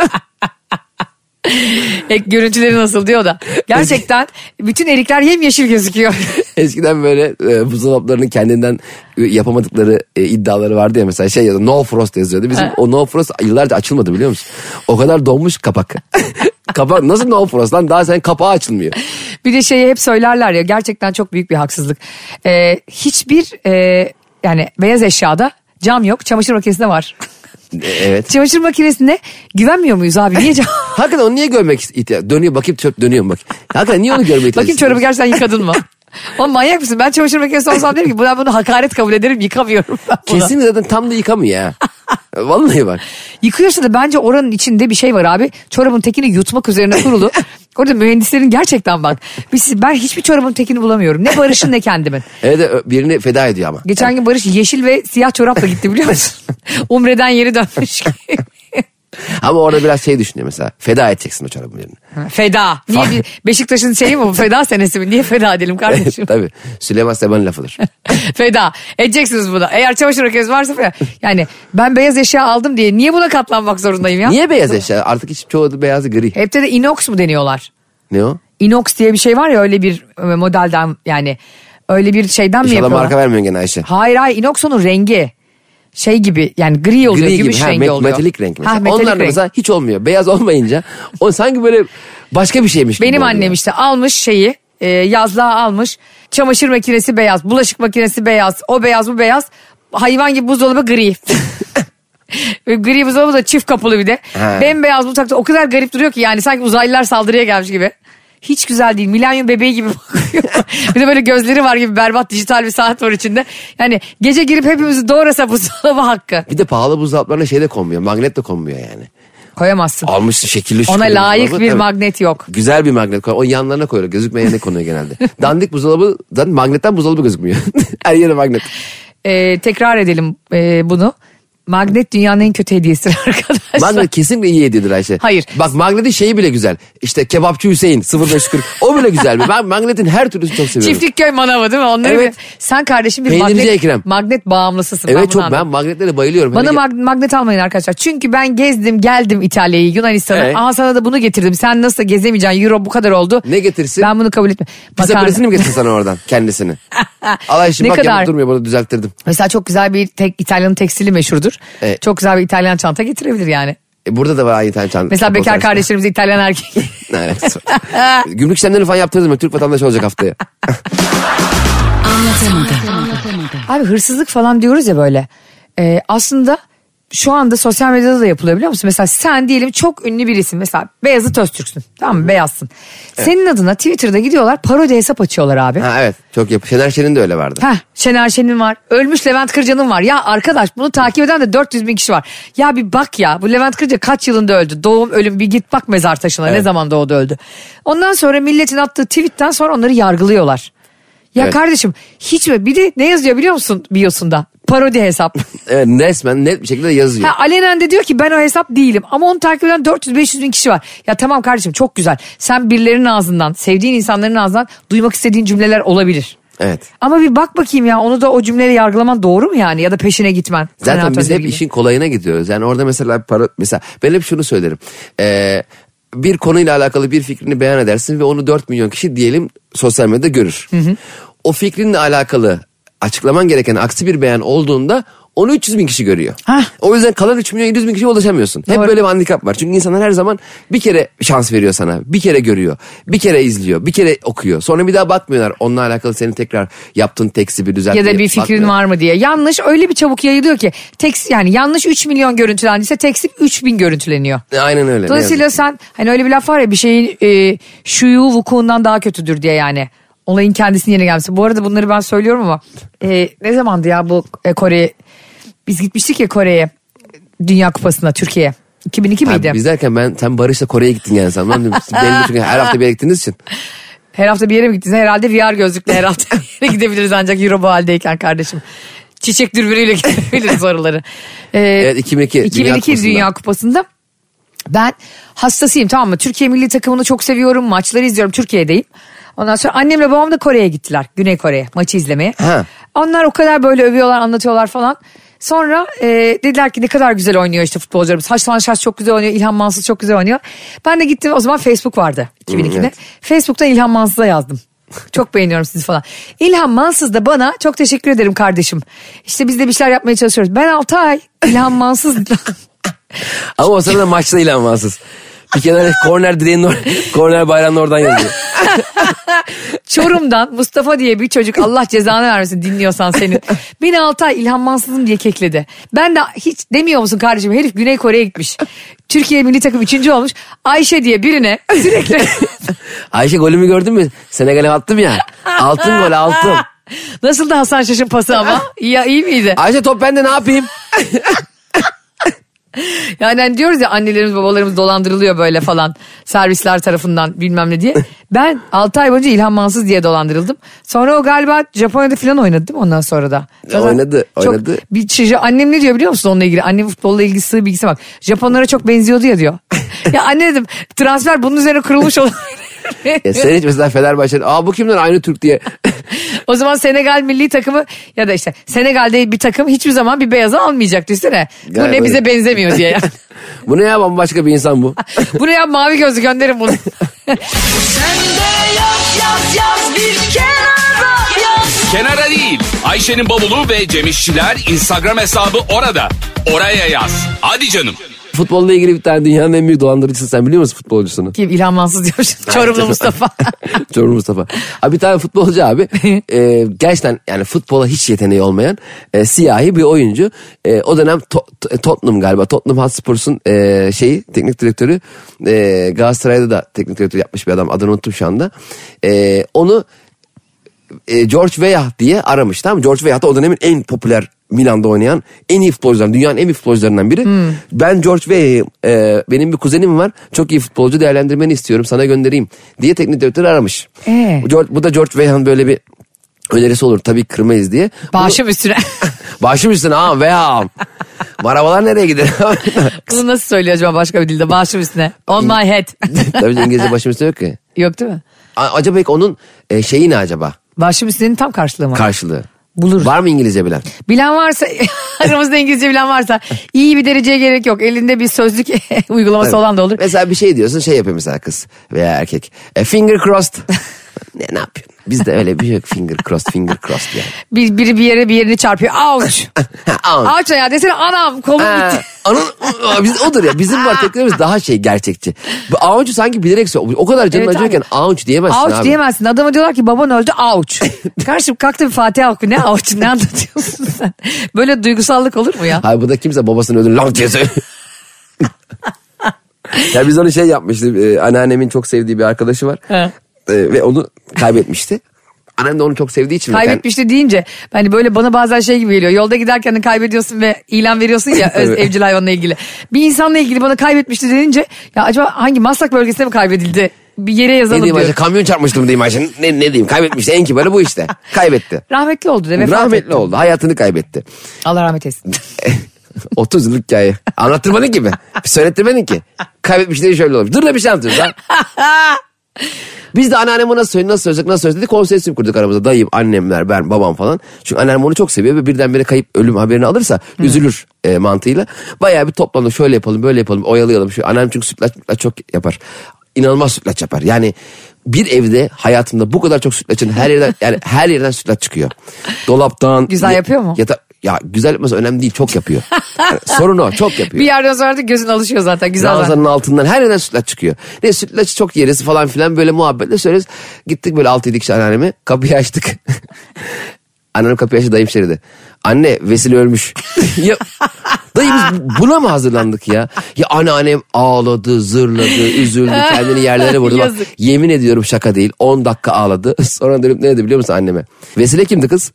Ek görüntüleri nasıl diyor da. Gerçekten bütün erikler yemyeşil gözüküyor. Eskiden böyle e, buzdolaplarının kendinden yapamadıkları e, iddiaları vardı ya, mesela şey yazıyordu, no frost yazıyordu. Bizim o no frost yıllarca açılmadı, biliyor musun? O kadar donmuş kapak. Kapak nasıl no frost lan, daha senin kapağı açılmıyor. Bir de şeyi hep söylerler ya, gerçekten çok büyük bir haksızlık. Ee, hiçbir e, yani beyaz eşyada cam yok, çamaşır makinesinde var. Evet. Çamaşır makinesine güvenmiyor muyuz abi? Niye cam? Hakikaten onu niye görmek ihtiyacı? Dönüyor bakayım, çöp dönüyor mu bak. Hakikaten niye onu görmek ihtiyacı? Bakayım çorabı gerçekten yıkadın mı? Oğlum manyak mısın? Ben çamaşır makinesi olsam derim ki ben bunu hakaret kabul ederim, yıkamıyorum ben bunu. Kesin zaten tam da yıkamıyor ya. Vallahi bak. Yıkıyorsa da bence oranın içinde bir şey var abi. Çorabın tekini yutmak üzerine kurulu. Orada mühendislerin gerçekten bak. Biz, ben hiçbir çorabın tekini bulamıyorum. Ne Barış'ın ne kendimin. Evet, birini feda ediyor ama. Geçen gün Barış yeşil ve siyah çorapla gitti, biliyor musun? Umre'den yeni dönmüş. Ama orada biraz şey düşünüyor mesela. Feda edeceksin o çorabın birini. Feda. Niye bir Beşiktaş'ın şeyi mi bu? Feda senesi mi? Niye feda edelim kardeşim? Tabii. Süleyman Seba'nın lafıdır. Feda. Edeceksiniz bunu. Eğer çamaşır makinesi varsa feda. Yani ben beyaz eşya aldım diye niye buna katlanmak zorundayım ya? Niye beyaz eşya? Artık hiç çoğu da beyazı gri. Hep de inox mu deniyorlar? Ne o? Inox diye bir şey var ya, öyle bir modelden, yani öyle bir şeyden mi İnşallah yapıyorlar? marka vermiyorsun gene Ayşe. Hayır hayır, inox onun rengi. Şey gibi yani, gri oluyor, Gri gümüş gibi, ha, rengi met- oluyor. metalik renk mesela. Ha, metalik Onlar da renk. mesela hiç olmuyor. Beyaz olmayınca o sanki böyle başka bir şeymiş gibi Benim oluyor. annem işte almış şeyi, e, yazlığa almış. Çamaşır makinesi beyaz, bulaşık makinesi beyaz, o beyaz bu beyaz. Hayvan gibi buzdolabı gri. Gri buzdolabı da çift kapılı bir de. Ha. Bembeyaz mutfakta o kadar garip duruyor ki, yani sanki uzaylılar saldırıya gelmiş gibi. Hiç güzel değil. Milenyum bebeği gibi bakıyor. Bir de böyle gözleri var gibi berbat dijital bir saat var içinde. Yani gece girip hepimizi doğrasa buzdolabı hakkı. Bir de pahalı buzdolaplarına şey de konmuyor. Magnet de konmuyor yani. Koyamazsın. Almışsın şekilli Ona şükürlü layık buzdolabı, bir tabii. magnet yok. Güzel bir magnet koy. O yanlarına koyuyor. Gözükmeyen yerine konuyor genelde. Dandik buzdolabı zaten magnetten buzdolabı gözükmüyor. Her yere magnet. Ee, tekrar edelim e, bunu. Magnet dünyanın en kötü hediyesidir arkadaşlar. Magnet kesinlikle iyi hediyedir Ayşe. Hayır. Bak magnetin şeyi bile güzel. İşte kebapçı Hüseyin sıfır beş kırk. O bile güzel. Ben magnetin her türlüsünü çok seviyorum. Çiftlikköy manavı değil mi? Onları Evet. bir- sen kardeşim bir Peynirci magnet, Ekrem. magnet bağımlısısın. Evet bunu çok, ben anladım. magnetlere bayılıyorum. Bana Hele- mag- magnet almayın arkadaşlar. Çünkü ben gezdim geldim İtalya'yı, Yunanistan'ı. Evet. Aha sana da bunu getirdim. Sen nasıl gezemeyeceksin? Euro bu kadar oldu. Ne getirsin? Ben bunu kabul etmiyorum. Pizza Makarna- kulesini mi getirsin sana oradan kendisini? Allah Ayşe Ne bak kadar? yapıp durmuyor, bunu düzelttirdim. Mesela çok güzel bir tek, İtalyanın tekstili meşhurdur. Evet. Çok güzel bir İtalyan çanta getirebilir yani. E burada da var aynı tane çanta. Mesela bekar kardeşlerimiz İtalyan erkek. Ne alakası var? Gümrük işlemlerini falan yaptırdım. Türk vatandaşı olacak haftaya. Abi hırsızlık falan diyoruz ya böyle. Ee, aslında şu anda sosyal medyada da yapılıyor, biliyor musun? Mesela sen diyelim çok ünlü birisin. Mesela Beyazıt Öztürk'sün. Tamam mı? Beyazsın. Senin adına Twitter'da gidiyorlar, parodi hesap açıyorlar abi. Ha evet çok yap. Şener Şen'in de öyle vardı. Heh, Şener Şen'in var. Ölmüş Levent Kırca'nın var. Ya arkadaş bunu takip eden de dört yüz bin kişi var. Ya bir bak ya, bu Levent Kırca kaç yılında öldü? Doğum ölüm bir git bak mezar taşına. Evet. Ne zaman doğdu öldü? Ondan sonra milletin attığı tweetten sonra onları yargılıyorlar. Ya Evet. kardeşim hiç mi? Bir de ne yazıyor biliyor musun biosunda? Parodi hesap. Evet resmen net bir şekilde yazıyor. Ha, alenen de diyor ki ben o hesap değilim. Ama onu takip eden dört yüz beş yüz bin kişi var. Ya tamam kardeşim çok güzel. Sen birilerinin ağzından, sevdiğin insanların ağzından duymak istediğin cümleler olabilir. Evet. Ama bir bak bakayım ya, onu da o cümleyle yargılaman doğru mu yani, ya da peşine gitmen. Zaten Senato biz hep ilgili. işin kolayına gidiyoruz. Yani orada mesela para, mesela ben hep şunu söylerim. Ee, bir konuyla alakalı bir fikrini beyan edersin ve onu dört milyon kişi diyelim sosyal medyada görür. Hı hı. O fikrinle alakalı açıklaman gereken aksi bir beyan olduğunda onu üç yüz bin kişi görüyor. Hah. O yüzden kalan üç milyon yedi yüz bin kişiye ulaşamıyorsun. Hep Doğru. böyle bir handikap var. Çünkü insanlar her zaman bir kere şans veriyor sana. Bir kere görüyor. Bir kere izliyor. Bir kere okuyor. Sonra bir daha bakmıyorlar. Onunla alakalı senin tekrar yaptığın teksti bir düzeltmeye Ya da bir fikrin bakmıyorlar. var mı diye. Yanlış öyle bir çabuk yayılıyor ki. Tekst, yani yanlış üç milyon görüntülendiyse tekst üç bin görüntüleniyor. Aynen öyle. ne Dolayısıyla yazık ki. sen hani öyle bir laf var ya, bir şeyin e, şuyu vukuundan daha kötüdür diye yani. Olayın kendisinin yerine gelmesi. Bu arada bunları ben söylüyorum ama e, ne zamandı ya bu e, Kore'ye? Biz gitmiştik ya Kore'ye. Dünya Kupası'na, Türkiye'ye. iki bin iki Ha, miydi? biz derken ben sen Barış'la Kore'ye gittin yani sanmam. Belli çünkü her hafta bir yere gittiğiniz için. Her hafta bir yere mi gittiniz? Herhalde V R gözlükle her hafta bir yere gidebiliriz ancak Euro bu haldeyken kardeşim. Çiçek dürbünüyle gidebiliriz oraları. Ee, Evet, iki bin iki iki bin iki Dünya Dünya Kupası'nda ben hastasıyım, tamam mı? Türkiye milli takımını çok seviyorum. Maçları izliyorum. Türkiye'deyim. Ondan sonra annemle babam da Kore'ye gittiler. Güney Kore'ye maçı izlemeye. Ha. Onlar o kadar böyle övüyorlar, anlatıyorlar falan. Sonra e, dediler ki ne kadar güzel oynuyor işte futbolcularımız. Haşlan Şaş çok güzel oynuyor. İlhan Mansız çok güzel oynuyor. Ben de gittim, o zaman Facebook vardı iki bin ikide. Hmm, evet. Facebook'ta İlhan Mansız'a yazdım. Çok beğeniyorum sizi falan. İlhan Mansız da bana çok teşekkür ederim kardeşim. İşte biz de bir şeyler yapmaya çalışıyoruz. Ben altı ay İlhan Mansız. Ama o sırada maçta İlhan Mansız. Bir kenara korner direğinin or- korner bayrağının oradan yazıyor. Çorum'dan Mustafa diye bir çocuk, Allah cezanı vermesin dinliyorsan senin. Beni altı ay İlhan Mansız'ım diye kekledi. Ben de hiç demiyor musun kardeşim, herif Güney Kore'ye gitmiş. Türkiye milli takım üçüncü olmuş. Ayşe diye birine sürekli. Ayşe golümü gördün mü? Senegal'e attım ya. Altın gol altın. Nasıl da Hasan Şaş'ın pası ama? İyi, iyi miydi? Ayşe top bende, ne yapayım? Yani hani diyoruz ya, annelerimiz babalarımız dolandırılıyor böyle falan servisler tarafından bilmem ne diye. Ben altı ay boyunca İlhan Mansız diye dolandırıldım. Sonra o galiba Japonya'da falan oynadı değil mi ondan sonra da? Zaten oynadı oynadı. Bir şey, annem ne diyor biliyor musun onunla ilgili? Annem futbolla ilgili sığ bilgisi bak. Japonlara çok benziyordu ya diyor. Ya anne dedim, transfer bunun üzerine kurulmuş olabilir. Ya sen hiç mesela Fenerbahçe'nin aa bu kimden aynı Türk diye. O zaman Senegal milli takımı ya da işte Senegal'de bir takım hiçbir zaman bir beyazı almayacak düşünsene. Bu galiba ne bize öyle benzemiyor diye yani. Bu ne ya, bambaşka bir insan bu. Bu ne ya, mavi gözlü, gönderin bunu. Sen de yaz yaz yaz bir kenara yaz. Kenara değil. Ayşe'nin bavulu ve Cem İşçiler Instagram hesabı orada. Oraya yaz. Hadi canım. Futbolla ilgili bir tane dünyanın en büyük dolandırıcısı, sen biliyor musun futbolcusunu? Kim? İlhan Mansız diyor. Çorumlu Mustafa. Çorumlu Mustafa. Abi bir tane futbolcu abi. e, gerçekten yani futbola hiç yeteneği olmayan e, siyahi bir oyuncu. E, o dönem to, to, Tottenham galiba. Tottenham Hotspur'un e, şeyi teknik direktörü. E, Galatasaray'da da teknik direktör yapmış bir adam. Adını unuttum şu anda. E, onu e, George Weah diye aramış, tamam mı? George Weah da o dönemin en popüler Milan'da oynayan en iyi futbolcularından, dünyanın en iyi futbolcularından biri. Hmm. Ben George Weah'ı, e, benim bir kuzenim var, çok iyi futbolcu, değerlendirmeni istiyorum, sana göndereyim diye teknik direktörü aramış. Ee? George, bu da George Weah'ın böyle bir önerisi olur tabii, kırmayız diye. Başım Bunu, üstüne. Başım üstüne ha Weah. Arabalar nereye gider? Bunu nasıl söylüyor acaba başka bir dilde? Başım üstüne. On my head. Tabii İngilizce başım üstüne yok ki. Yok değil mi? A- acaba onun e, şeyi ne acaba? Başım üstünenin tam karşılığı mı? Karşılığı. Bulur. Var mı İngilizce bilen? Bilen varsa, aramızda İngilizce bilen varsa, iyi bir dereceye gerek yok. Elinde bir sözlük uygulaması evet olan da olur. Mesela bir şey diyorsun, şey yapıyor mesela kız veya erkek. E, finger crossed. ne, ne yapıyorsun? Bizde öyle bir şey yok. Finger crossed, finger crossed yani. Bir, biri bir yere bir yerini çarpıyor. Ouch. Ouch ya desene, anam kolum ha, bitti. Anam, biz, odur ya, bizim var tekniklerimiz daha şey, gerçekçi. Bu ouch'u sanki bilerek söylüyor. O kadar canın evet, acıyorken ouch diyemezsin ouch abi. Ouch diyemezsin. Adama diyorlar ki baban öldü, ouch. Kardeşim kalktı bir Fatiha oku. Ne ouch, ne anlatıyorsun sen? Böyle duygusallık olur mu ya? Hayır, bu da kimse babasını öldürür lan diye söylüyor. Ya biz onu şey yapmıştık. Ee, anneannemin çok sevdiği bir arkadaşı var. Ee, ve onu kaybetmişti. Annem de onu çok sevdiği için. Kaybetmişti yani deyince hani böyle bana bazen şey gibi geliyor. Yolda giderken de kaybediyorsun ve ilan veriyorsun ya öz, evcil hayvanla ilgili. Bir insanla ilgili bana kaybetmişti denince ya acaba hangi Maslak bölgesinde mi kaybedildi? Bir yere yazalım diyor. Ne diyeyim Ayşe, kamyon çarpmıştım diyeyim Ayşe. Ne, ne diyeyim, kaybetmişti, en kibarı bu işte. Kaybetti. Rahmetli oldu de, vefat Rahmetli etti. oldu, hayatını kaybetti. Allah rahmet eylesin. otuz yıllık hikaye. Anlattırmadın ki mi? Söylettirmedin ki. Kaybetmişleri şöyle olmuş. Dur da bir şey anlatıyoruz ha. Biz de anneanneme nasıl söyledi, nasıl söylesek, nasıl söylesek konsorsiyum kurduk aramızda. Dayım, annemler, ben, babam falan. Çünkü annem onu çok seviyor ve birdenbire kayıp ölüm haberini alırsa hmm. üzülür e, mantığıyla. Bayağı bir toplandık, şöyle yapalım, böyle yapalım, oyalayalım. Şu, annem çünkü sütlaç, sütlaç çok yapar. İnanılmaz sütlaç yapar. Yani bir evde hayatımda bu kadar çok sütlaçın her yerden, yani her yerden sütlaç çıkıyor. Dolaptan. Güzel ya, yapıyor mu? Ya da ya güzel yapması önemli değil, çok yapıyor. Yani sorun o, çok yapıyor. Bir yerden sonra da gözün alışıyor zaten, güzel. Ranzanın altından her yerden sütlaç çıkıyor. Ne sütlaçı çok yeriz falan filan, böyle muhabbetle söyleriz. Gittik böyle altı yedi kişi anneanneme, kapıyı açtık. Annem kapıyı açtı, dayım şey dedi. Anne, Vesile ölmüş. Ya, dayı biz buna mı hazırlandık ya? Ya anneannem ağladı, zırladı, üzüldü, kendini yerlere vurdu. Bak, yemin ediyorum şaka değil, on dakika ağladı. Sonra dönüp ne dedi biliyor musun anneme? Vesile kimdi kız?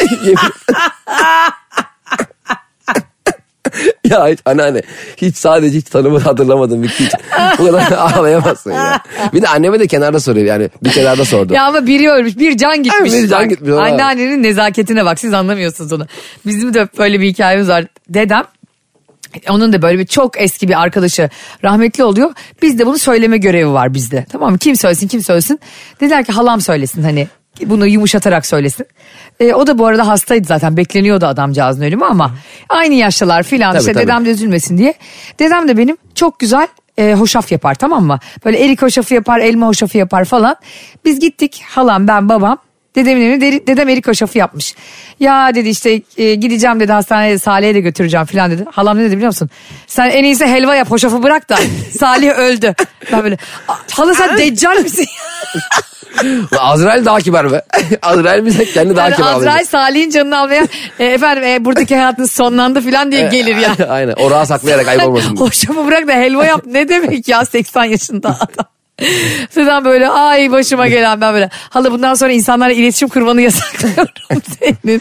Ya hiç anneanne, hiç sadece hiç tanımını hatırlamadım bir için. Bu kadar ağlayamazsın ya. Bir de anneme de kenarda soruyor, yani bir kenarda sordu. Ya ama biri ölmüş, bir can gitmiş. Evet, bir can gitmiş. Anneannenin nezaketine bak, siz anlamıyorsunuz onu. Bizim de böyle bir hikayemiz var. Dedem, onun da böyle bir çok eski bir arkadaşı rahmetli oluyor. Bizde bunu söyleme görevi var bizde. Tamam mı? Kim söylesin kim söylesin. Dediler ki halam söylesin hani. bunu yumuşatarak söylesin. E, o da bu arada hastaydı zaten, bekleniyordu adamcağızın ölümü ama aynı yaşlılar filan Tabii, işte tabii. dedem de üzülmesin diye. Dedem de benim çok güzel e, hoşaf yapar, tamam mı? Böyle erik hoşafı yapar, elma hoşafı yapar falan. Biz gittik, halam, ben, babam. Dedemin evine, dedem erik hoşafı yapmış. Ya dedi işte e, gideceğim dedi hastaneye, Salih'e de götüreceğim falan dedi. Halam ne dedi biliyor musun? Sen en iyisi helva yap, hoşafı bırak da Salih öldü. Ben böyle, hala sen deccal misin? Azrail daha kibar be. Azrail bize kendi daha Yani kibar alıyor. Azrail Salih'in canını almaya e, efendim e, buradaki hayatınız sonlandı falan diye gelir ya. Aynen, orağı saklayarak kaybolmasın diye. Hoşafı bırak da helva yap ne demek ya, seksen yaşında adam. Sizden böyle ay başıma gelen, ben böyle hala bundan sonra insanlarla iletişim kurmanı yasaklıyorum senin.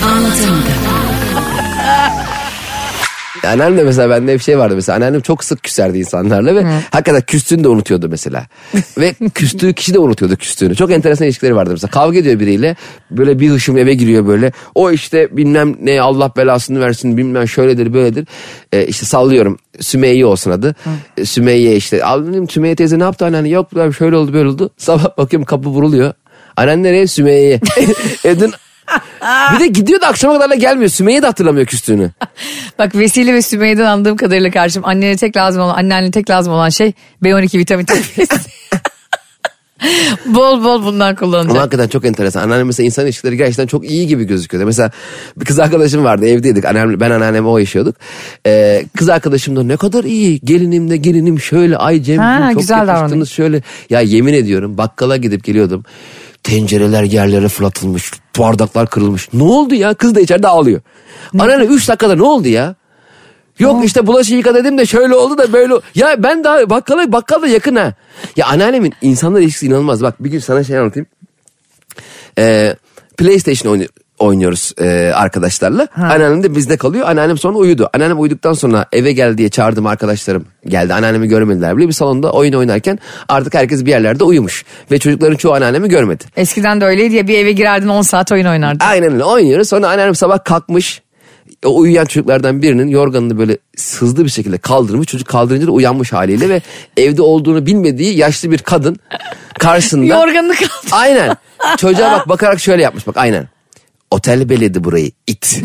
Anneannem de mesela, bende bir şey vardı mesela, anneannem çok sık küserdi insanlarla ve hakikaten küstüğünü de unutuyordu mesela. Ve küstüğü kişi de unutuyordu küstüğünü. Çok enteresan ilişkileri vardı mesela. Kavga ediyor biriyle, böyle bir hışım eve giriyor böyle. O işte bilmem ne, Allah belasını versin, bilmem şöyledir böyledir. Ee, işte sallıyorum, Sümeyye olsun adı. Ee, Sümeyye işte, aldım Sümeyye teyze ne yaptı anneanne, yok şöyle oldu böyle oldu. Sabah bakıyorum kapı vuruluyor. Annen nereye? Sümeyye'ye. Edin. Bir de gidiyor da akşama kadar da gelmiyor. Sümeyye de hatırlamıyor küstüğünü. Bak Vesile ve Sümeyye'den anladığım kadarıyla karşım, annene tek lazım olan, anneanne tek lazım olan şey B on iki vitamin takviyesi. Bol bol bundan kullanacak. Ama hakikaten çok enteresan. Anneannem mesela insan ilişkileri gerçekten çok iyi gibi gözüküyordu. Mesela bir kız arkadaşım vardı, evdeydik. Anneannem, ben anneanneme o yaşıyorduk. Ee, kız arkadaşım da ne kadar iyi. Gelinim de gelinim şöyle. Ay Cem'ciğim çok yakıştınız şöyle. Ya yemin ediyorum bakkala gidip geliyordum. Tencereler yerlere fırlatılmış. Bardaklar kırılmış. Ne oldu ya? Kız da içeride ağlıyor. Anneanne üç dakikada ne oldu ya? Yok oh. işte bulaşığı yıka dedim de şöyle oldu da böyle. Ya ben daha bakkala, bakkal da yakın ha. Ya anneannemin insanlar ilişkisi inanılmaz. Bak bir gün sana şey anlatayım. Ee, PlayStation oynuyor. oynuyoruz e, arkadaşlarla. Ha. Anneannem de bizde kalıyor. Anneannem sonra uyudu. Anneannem uyuduktan sonra eve gel diye çağırdım, arkadaşlarım geldi. Anneannemi görmediler bile. Bir salonda oyun oynarken artık herkes bir yerlerde uyumuş. Ve çocukların çoğu anneannemi görmedi. Eskiden de öyleydi ya, bir eve girerdin on saat oyun oynardın. Aynen öyle, oynuyoruz. Sonra anneannem sabah kalkmış. O uyuyan çocuklardan birinin yorganını böyle hızlı bir şekilde kaldırmış. Çocuk kaldırınca da uyanmış haliyle ve evde olduğunu bilmediği yaşlı bir kadın karşısında. Yorganını kaldır. Aynen. Çocuğa bak, bakarak şöyle yapmış bak, aynen. Otel beledi burayı it.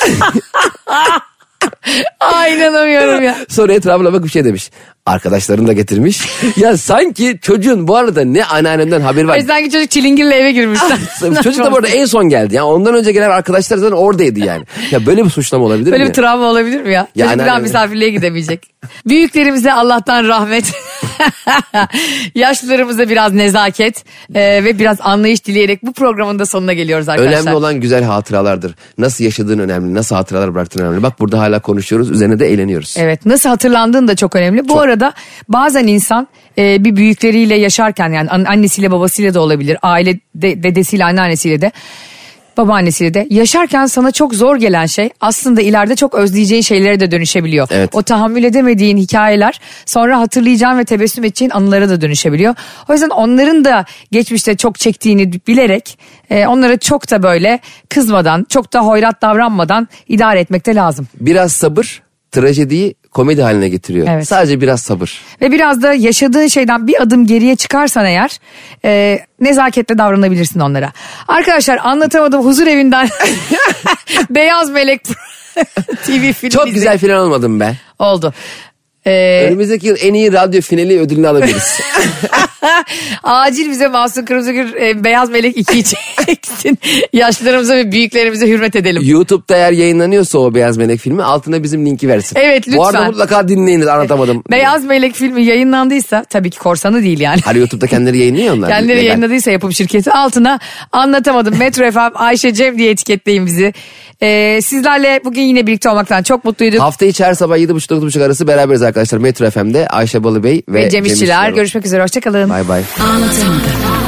Ay inanamıyorum ya. Sonra etrafına bakıp bir şey demiş. Arkadaşlarını da getirmiş. Ya sanki çocuğun bu arada ne anneannemden haberi var. Ay sanki çocuk çilingirle eve girmiş. Çocuk da bu arada en son geldi. Yani ondan önce gelen arkadaşlar zaten oradaydı yani. Ya böyle bir suçlama olabilir böyle mi? Böyle bir travma olabilir mi ya? ya Çocuk bir daha misafirliğe gidemeyecek. Büyüklerimize Allah'tan rahmet. Yaşlılarımıza biraz nezaket e, ve biraz anlayış dileyerek bu programın da sonuna geliyoruz arkadaşlar. Önemli olan güzel hatıralardır. Nasıl yaşadığın önemli, nasıl hatıralar bıraktığın önemli. Bak burada hala konuşuyoruz, üzerine de eğleniyoruz. Evet, nasıl hatırlandığın da çok önemli. Bu çok. Arada bazen insan e, bir büyükleriyle yaşarken, yani annesiyle babasıyla da olabilir, aile de, dedesiyle anneannesiyle de, babaannesiyle de yaşarken sana çok zor gelen şey aslında ileride çok özleyeceğin şeylere de dönüşebiliyor. Evet. O tahammül edemediğin hikayeler sonra hatırlayacağın ve tebessüm edeceğin anılara da dönüşebiliyor. O yüzden onların da geçmişte çok çektiğini bilerek e, onlara çok da böyle kızmadan, çok da hoyrat davranmadan idare etmek de lazım. Biraz sabır trajediyi komedi haline getiriyor. Evet. Sadece biraz sabır. Ve biraz da yaşadığın şeyden bir adım geriye çıkarsan eğer e, nezaketle davranabilirsin onlara. Arkadaşlar, anlatamadım huzur evinden Beyaz Melek T V filmi. Çok güzel final olmadım be. Oldu. Ee, Önümüzdeki yıl en iyi radyo finali ödülünü alabiliriz. Acil bize Mahsun Kırmızıgül e, Beyaz Melek ikiyi çeksin. Yaşlılarımıza ve büyüklerimize hürmet edelim. YouTube'da eğer yayınlanıyorsa o Beyaz Melek filmi altına bizim linki versin. Evet lütfen. Bu arada mutlaka dinleyiniz, anlatamadım. Beyaz Melek filmi yayınlandıysa, tabii ki korsanı değil yani. Hani YouTube'da kendileri yayınlıyor onlar. Kendileri yayınladıysa yapım şirketi, altına anlatamadım Metro F M Ayşe Cem diye etiketleyin bizi. Ee, sizlerle bugün yine birlikte olmaktan çok mutluyduk. Hafta içi her sabah yedi buçuk dokuz buçuk arası beraberiz arkadaşlar Metro F M'de. Ayşe Balıbey ve, ve Cem İşçiler. Görüşmek üzere, hoşçakalın. Bay bay.